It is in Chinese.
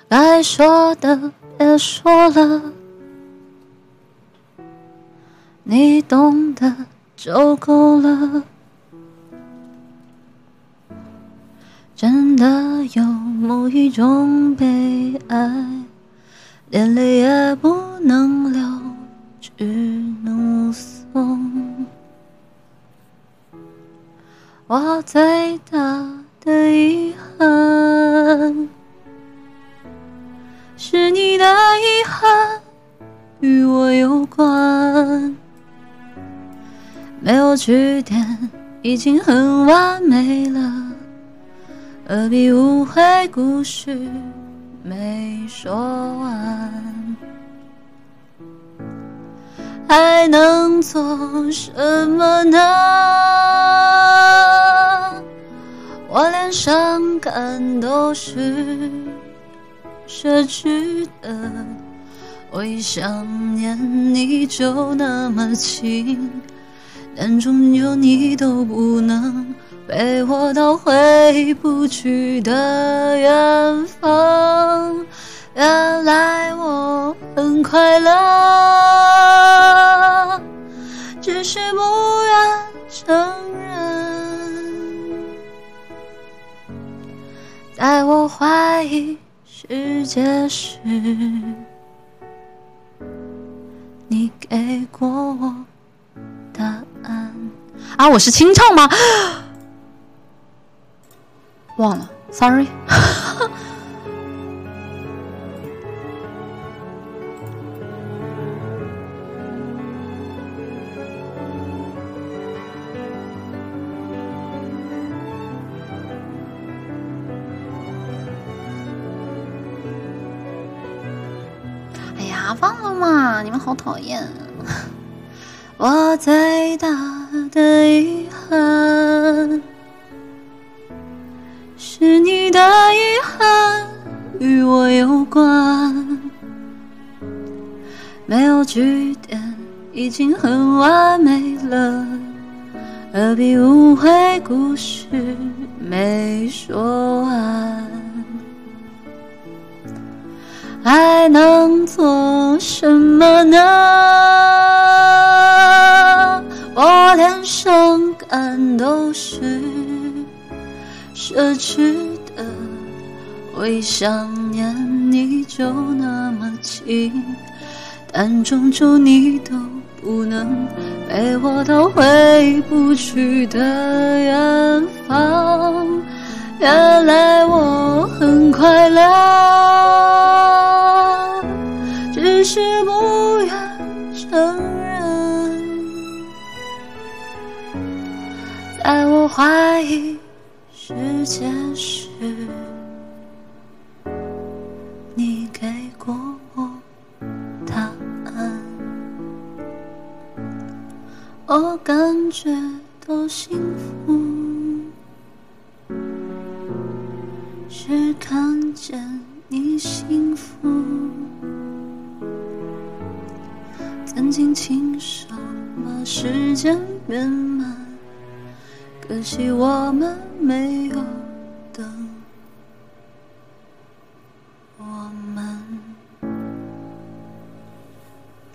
该说的别说了，你懂得就够了。真的有某一种悲哀，连泪也不能流，只能送。我最大的遗憾，是你的遗憾与我有关，没有句点已经很完美了，何必误会故事没说完？还能做什么呢？我连伤感都是奢侈的，我一想念你就那么近，但终究你都不能陪我到回不去的远方。原来我很快乐，只是不愿承认。在我怀疑世界时，你给过我答案。啊，我是清唱吗？忘了 ，sorry 。哎呀，忘了嘛！你们好讨厌。我最大的遗憾，是你的遗憾与我有关，没有句点已经很完美了，何必误会故事没说完？还能做什么呢？我连伤感都是奢侈的，我一想念你就那么近，但终究你都不能陪我到回不去的远方。原来我很快乐，只是不愿承认。在我怀疑世界时，你给过我答案。我感觉到幸福，是看见你幸福。曾经亲手把时间变慢，可惜我们没有等。